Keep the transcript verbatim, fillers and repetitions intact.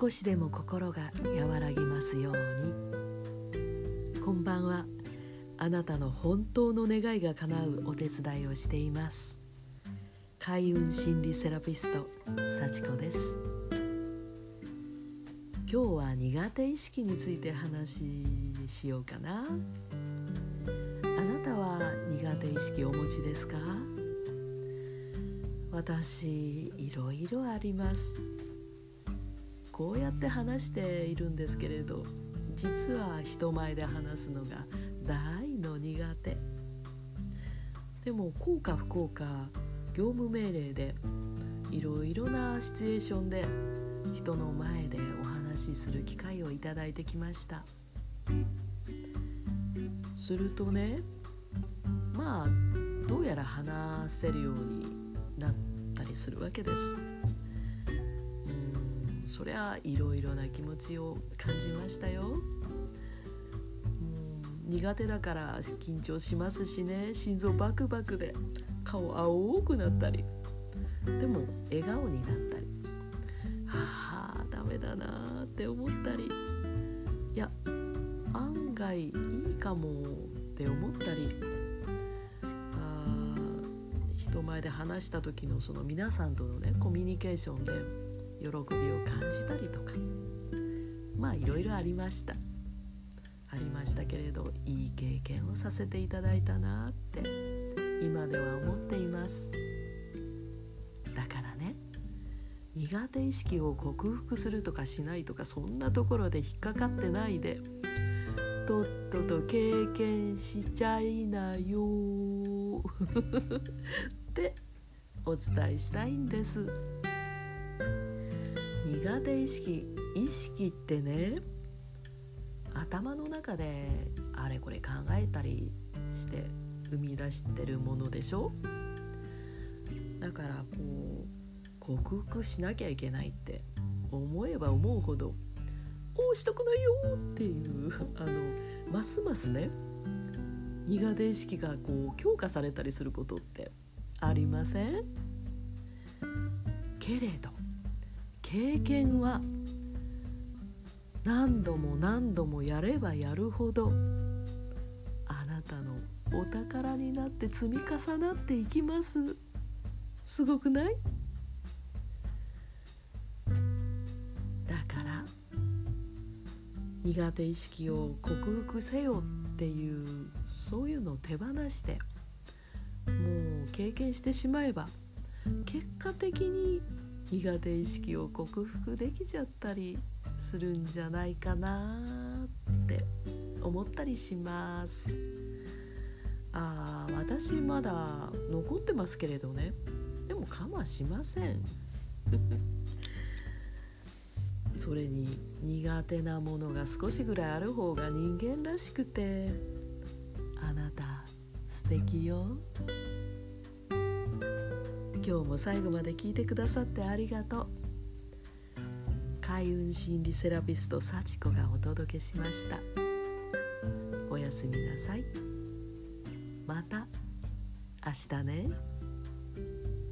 少しでも心が和らぎますように。こんばんは。あなたの本当の願いが叶うお手伝いをしています。開運心理セラピスト幸子です。今日は苦手意識について話しようかな。あなたは苦手意識をお持ちですか？私、いろいろあります。こうやって話しているんですけれど、実は人前で話すのが大の苦手。でも幸か不幸か、業務命令でいろいろなシチュエーションで人の前でお話しする機会をいただいてきました。するとね、まあどうやら話せるようになったりするわけです。そりゃいろいろな気持ちを感じましたよ。うん、苦手だから緊張しますしね、心臓バクバクで顔青くなったり、でも笑顔になったり、はあダメだなって思ったり、いや案外いいかもって思ったり、あ人前で話した時のその皆さんとのねコミュニケーションで喜びを感じたりとか、まあいろいろありましたありましたけれど、いい経験をさせていただいたなって今では思っています。だからね、苦手意識を克服するとかしないとか、そんなところで引っかかってないで、とっとと経験しちゃいなよってお伝えしたいんです。苦手意識、意識ってね、頭の中であれこれ考えたりして生み出してるものでしょ。だからこう克服しなきゃいけないって思えば思うほど、おーしとくのよっていうあのますますね苦手意識がこう強化されたりすることってありません？けれど経験は何度も何度もやればやるほどあなたのお宝になって積み重なっていきます。すごくない？だから苦手意識を克服せよっていうそういうのを手放して、もう経験してしまえば結果的に苦手意識を克服できちゃったりするんじゃないかなって思ったりします。あー、私まだ残ってますけれどね、でも我慢しませんそれに苦手なものが少しぐらいある方が人間らしくて、あなた素敵よ。今日も最後まで聞いてくださってありがとう。開運心理セラピスト幸子がお届けしました。おやすみなさい。また明日ね。